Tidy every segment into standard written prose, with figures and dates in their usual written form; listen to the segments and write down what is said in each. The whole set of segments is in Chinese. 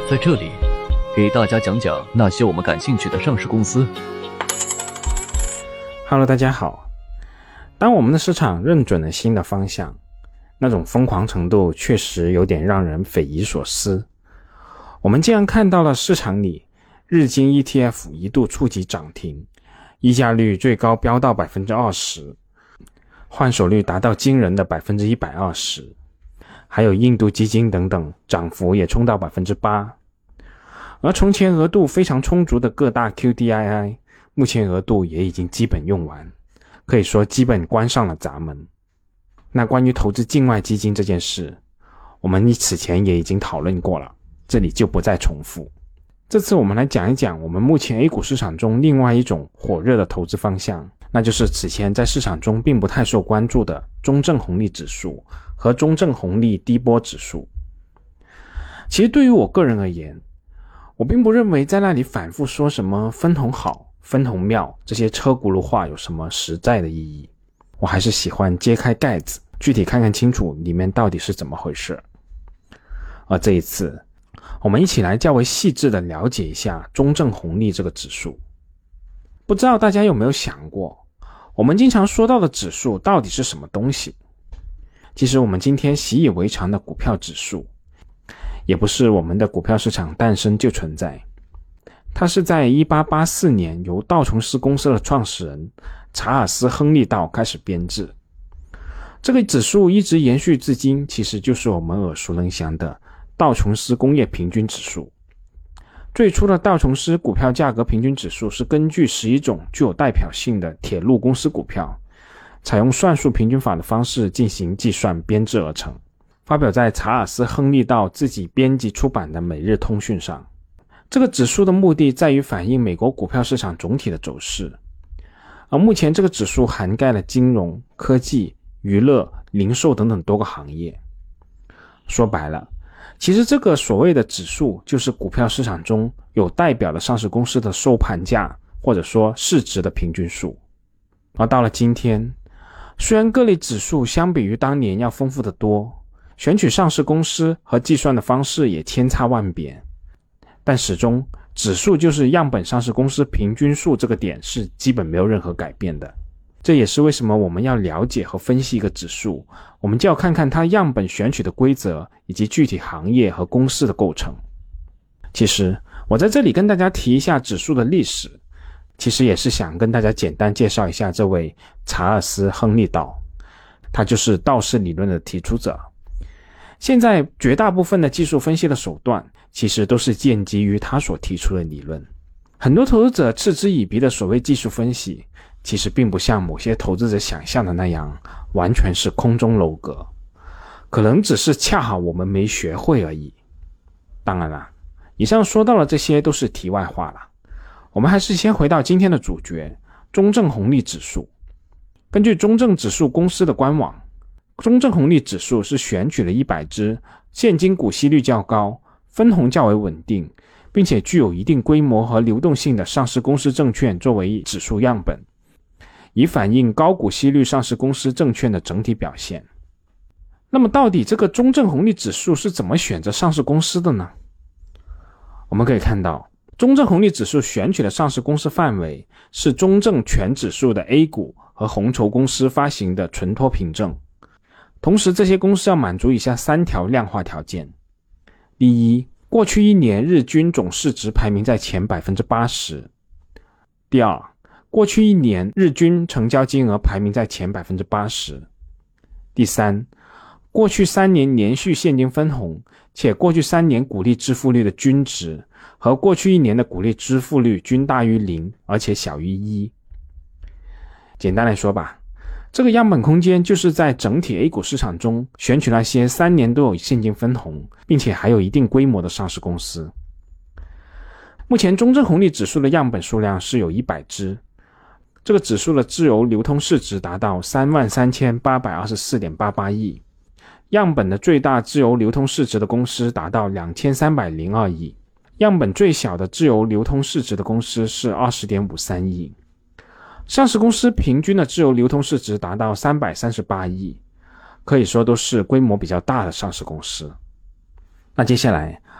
在这里给大家讲讲那些我们感兴趣的上市公司。 Hello， 大家好。当我们的市场认准了新的方向，那种疯狂程度确实有点让人匪夷所思。我们竟然看到了市场里日经 ETF 一度触及涨停，溢价率最高飙到 20%， 换手率达到惊人的 120%， 还有印度基金等等涨幅也冲到 8%。 而从前额度非常充足的各大 QDII 目前额度也已经基本用完，可以说基本关上了闸门。那关于投资境外基金这件事，我们此前也已经讨论过了，这里就不再重复。这次我们来讲一讲我们目前 A 股市场中另外一种火热的投资方向，那就是此前在市场中并不太受关注的中证红利指数和中证红利低波指数。其实对于我个人而言，我并不认为在那里反复说什么分红好分红妙这些车轱辘话有什么实在的意义，我还是喜欢揭开盖子，具体看看清楚里面到底是怎么回事。而这一次我们一起来较为细致地了解一下中证红利这个指数。不知道大家有没有想过，我们经常说到的指数到底是什么东西？其实我们今天习以为常的股票指数也不是我们的股票市场诞生就存在，它是在1884年由道琼斯公司的创始人查尔斯·亨利道开始编制。这个指数一直延续至今，其实就是我们耳熟能详的道琼斯工业平均指数。最初的道琼斯股票价格平均指数是根据11种具有代表性的铁路公司股票，采用算术平均法的方式进行计算编制而成，发表在查尔斯·亨利道自己编辑出版的《每日通讯》上。这个指数的目的在于反映美国股票市场总体的走势，而目前这个指数涵盖了金融、科技、娱乐、零售等等多个行业。说白了，其实这个所谓的指数就是股票市场中有代表的上市公司的收盘价或者说市值的平均数。而到了今天，虽然各类指数相比于当年要丰富得多，选取上市公司和计算的方式也千差万别，但始终指数就是样本上市公司平均数这个点是基本没有任何改变的。这也是为什么我们要了解和分析一个指数，我们就要看看它样本选取的规则以及具体行业和公司的构成。其实我在这里跟大家提一下指数的历史，其实也是想跟大家简单介绍一下这位查尔斯·亨利道，他就是道氏理论的提出者。现在绝大部分的技术分析的手段其实都是建基于他所提出的理论。很多投资者嗤之以鼻的所谓技术分析，其实并不像某些投资者想象的那样完全是空中楼阁，可能只是恰好我们没学会而已。当然了，以上说到了这些都是题外话了，我们还是先回到今天的主角，中证红利指数。根据中证指数公司的官网，中证红利指数是选取了100只现金股息率较高、分红较为稳定，并且具有一定规模和流动性的上市公司证券作为指数样本，以反映高股息率上市公司证券的整体表现。那么到底这个中证红利指数是怎么选择上市公司的呢？我们可以看到，中证红利指数选取的上市公司范围是中证全指数的 A 股和红筹公司发行的存托凭证，同时这些公司要满足以下3条量化条件。第一，过去1年日均总市值排名在前 80%。 第二，过去1年日均成交金额排名在前 80%。 第三，过去3年连续现金分红，且过去3年股利支付率的均值和过去1年的股利支付率均大于0，而且小于1。简单来说吧，这个样本空间就是在整体 A 股市场中选取那些3年都有现金分红，并且还有一定规模的上市公司。目前中证红利指数的样本数量是有100只，这个指数的自由流通市值达到 33,824.88 亿，样本的最大自由流通市值的公司达到 2,302 亿，样本最小的自由流通市值的公司是 20.53 亿。上市公司平均的自由流通市值达到338亿，可以说都是规模比较大的上市公司。那接下来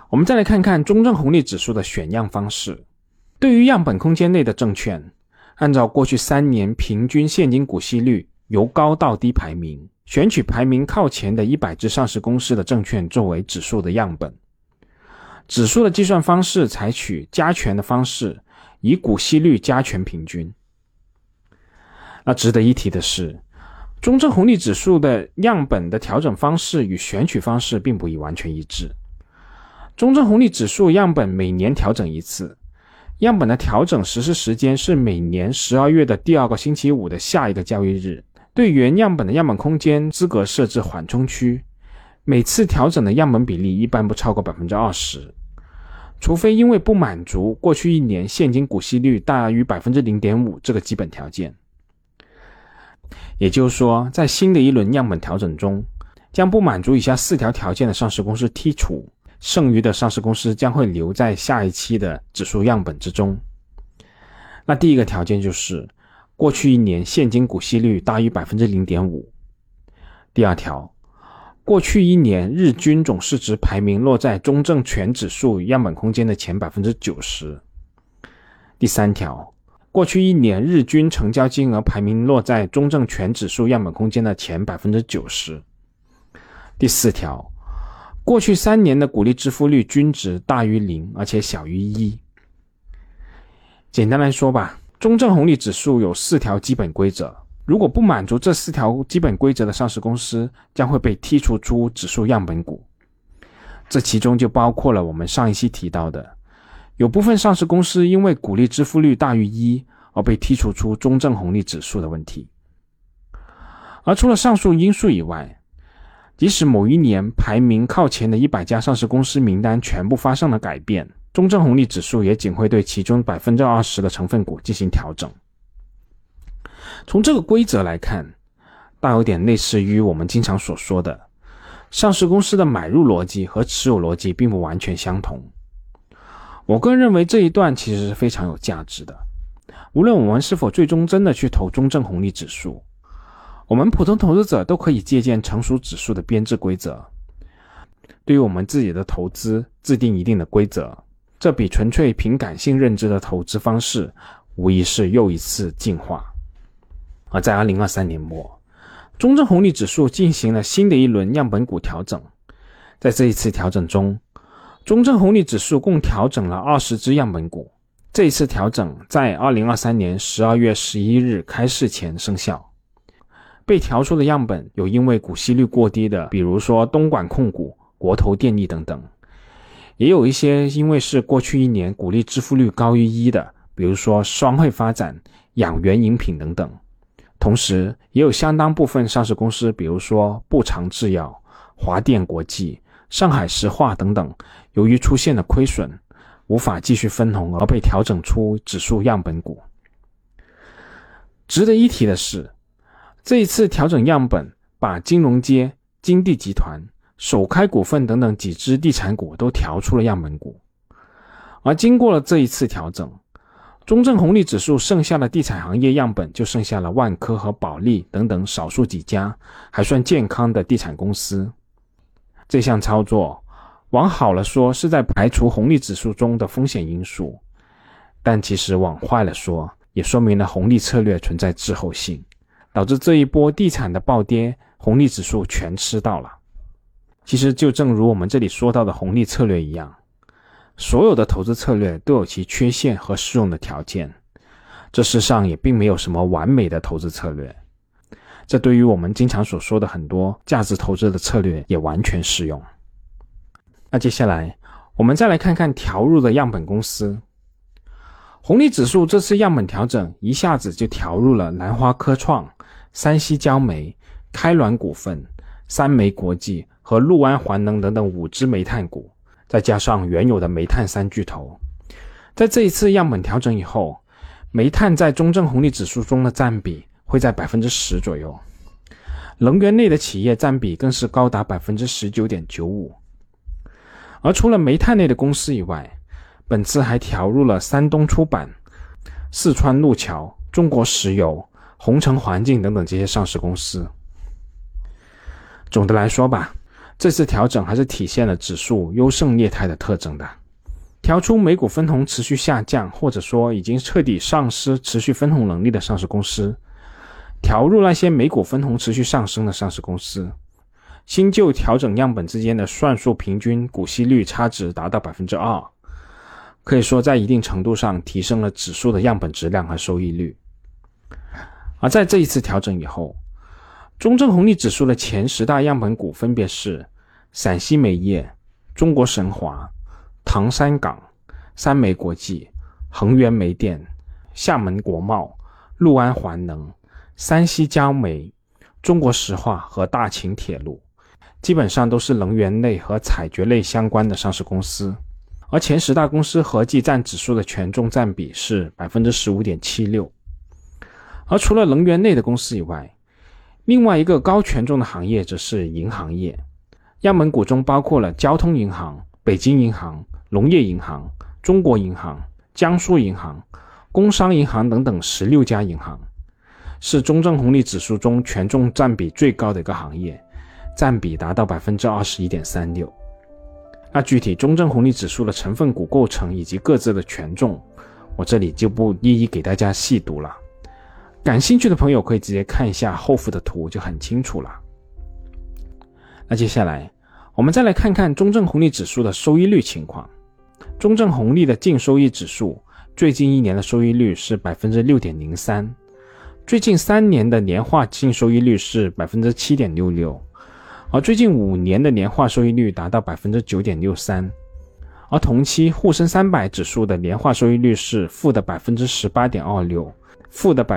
我们再来看看中证红利指数的选样方式。对于样本空间内的证券，按照过去3年平均现金股息率由高到低排名，选取排名靠前的100只上市公司的证券作为指数的样本。指数的计算方式采取加权的方式，以股息率加权平均。那值得一提的是，中证红利指数的样本的调整方式与选取方式并不完全一致。中证红利指数样本每年调整一次，样本的调整实施时间是每年12月的第2个星期五的下一个交易日。对原样本的样本空间资格设置缓冲区，每次调整的样本比例一般不超过 20%， 除非因为不满足过去1年现金股息率大于 0.5% 这个基本条件。也就是说，在新的一轮样本调整中，将不满足以下4条条件的上市公司剔除，剩余的上市公司将会留在下一期的指数样本之中。那第一个条件就是过去1年现金股息率大于 0.5%。 第二条，过去1年日均总市值排名落在中证全指数样本空间的前 90%。 第三条，过去1年日均成交金额排名落在中证全指数样本空间的前 90%。 第四条，过去3年的股利支付率均值大于0，而且小于1。简单来说吧，中证红利指数有4条基本规则，如果不满足这4条基本规则的上市公司将会被剔除出指数样本股。这其中就包括了我们上一期提到的，有部分上市公司因为股利支付率大于1而被剔除出中证红利指数的问题。而除了上述因素以外，即使某一年排名靠前的100家上市公司名单全部发生了改变，中证红利指数也仅会对其中 20% 的成分股进行调整。从这个规则来看，大有点类似于我们经常所说的，上市公司的买入逻辑和持有逻辑并不完全相同。我个人认为这一段其实是非常有价值的。无论我们是否最终真的去投中证红利指数，我们普通投资者都可以借鉴成熟指数的编制规则，对于我们自己的投资制定一定的规则，这比纯粹凭感性认知的投资方式无疑是又一次进化。而在2023年末，中证红利指数进行了新的一轮样本股调整。在这一次调整中，中证红利指数共调整了20只样本股。这一次调整在2023年12月11日开市前生效。被调出的样本有因为股息率过低的，比如说东莞控股、国投电力等等，也有一些因为是过去1年股利支付率高于1的，比如说双汇发展、养元饮品等等。同时也有相当部分上市公司，比如说步长制药、华电国际、上海石化等等，由于出现了亏损，无法继续分红而被调整出指数样本股。值得一提的是，这一次调整样本把金融街、金地集团、首开股份等等几只地产股都调出了样本股。而经过了这一次调整，中证红利指数剩下的地产行业样本就剩下了万科和保利等等少数几家还算健康的地产公司。这项操作往好了说是在排除红利指数中的风险因素，但其实往坏了说也说明了红利策略存在滞后性，导致这一波地产的暴跌红利指数全吃到了。其实就正如我们这里说到的红利策略一样，所有的投资策略都有其缺陷和适用的条件，这世上也并没有什么完美的投资策略，这对于我们经常所说的很多价值投资的策略也完全适用。那接下来我们再来看看调入的样本公司。红利指数这次样本调整一下子就调入了兰花科创、山西焦煤、开滦股份、三煤国际和陆安环能等等5只煤炭股，再加上原有的煤炭3巨头。在这一次样本调整以后，煤炭在中证红利指数中的占比会在 10% 左右，能源类的企业占比更是高达 19.95%。而除了煤炭类的公司以外，本次还调入了山东出版、四川路桥、中国石油、红城环境等等这些上市公司。总的来说吧， 这次调整还是体现了指数优胜劣汰的特征的。调出美股分红持续下降，或者说已经彻底丧失持续分红能力的上市公司，调入那些美股分红持续上升的上市公司。新旧调整样本之间的算术平均股息率差值达到 2%， 可以说在一定程度上提升了指数的样本质量和收益率。而在这一次调整以后，中证红利指数的前10大样本股分别是陕西煤业、中国神华、唐山港、三煤国际、恒源煤电、厦门国贸、陆安环能、山西焦煤、中国石化和大秦铁路，基本上都是能源类和采掘类相关的上市公司。而前10大公司合计占指数的权重占比是 15.76%。 而除了能源类的公司以外，另外一个高权重的行业则是银行业。样本股中包括了交通银行、北京银行、农业银行、中国银行、江苏银行、工商银行等等16家银行，是中证红利指数中权重占比最高的一个行业，占比达到 21.36%。 那具体中证红利指数的成分股构成以及各自的权重，我这里就不一一给大家细读了，感兴趣的朋友可以直接看一下后附的图就很清楚了。那接下来我们再来看看中证红利指数的收益率情况。中证红利的净收益指数最近1年的收益率是 6.03%， 最近3年的年化净收益率是 7.66%， 而最近5年的年化收益率达到 9.63%， 而同期沪深300指数的年化收益率是负的 18.26%、 负的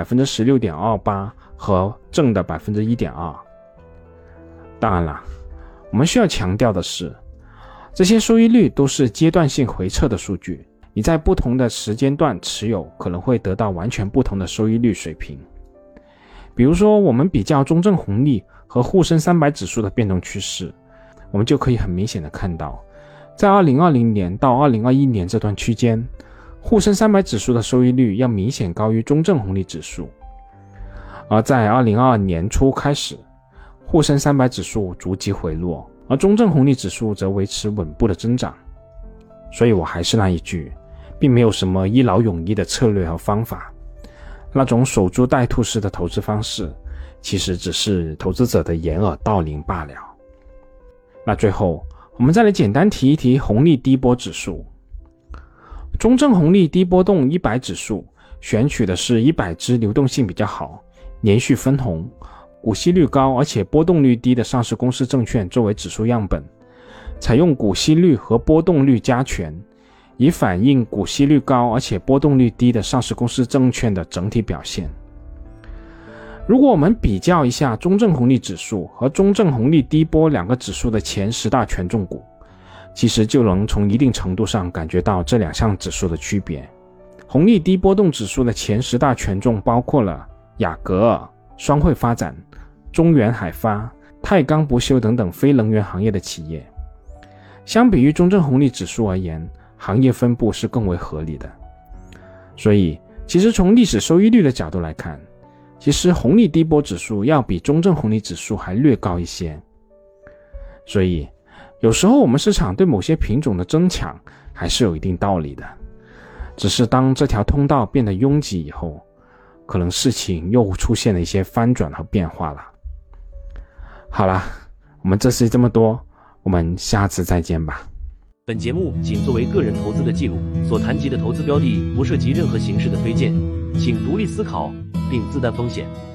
16.28% 和正的 1.2%。 当然了，我们需要强调的是，这些收益率都是阶段性回测的数据，你在不同的时间段持有可能会得到完全不同的收益率水平。比如说我们比较中证红利和沪深300指数的变动趋势，我们就可以很明显的看到，在2020年到2021年这段区间，沪深300指数的收益率要明显高于中证红利指数。而在2022年初开始，沪深300指数逐级回落，而中证红利指数则维持稳步的增长。所以我还是那一句，并没有什么一劳永逸的策略和方法，那种守株待兔式的投资方式其实只是投资者的掩耳盗铃罢了。那最后我们再来简单提一提红利低波指数。中证红利低波动100指数选取的是100只流动性比较好、连续分红、股息率高而且波动率低的上市公司证券作为指数样本，采用股息率和波动率加权，以反映股息率高而且波动率低的上市公司证券的整体表现。如果我们比较一下中证红利指数和中证红利低波两个指数的前10大权重股，其实就能从一定程度上感觉到这两项指数的区别。红利低波动指数的前10大权重包括了雅阁尔、双汇发展、中原海发、太钢不锈等等非能源行业的企业。相比于中证红利指数而言，行业分布是更为合理的。所以其实从历史收益率的角度来看，其实红利低波指数要比中证红利指数还略高一些。所以有时候我们市场对某些品种的争抢还是有一定道理的，只是当这条通道变得拥挤以后，可能事情又出现了一些翻转和变化了。好了，我们这次这么多，我们下次再见吧。 本节目仅作为个人投资的记录，所谈及的投资标的不涉及任何形式的推荐，请独立思考并自担风险。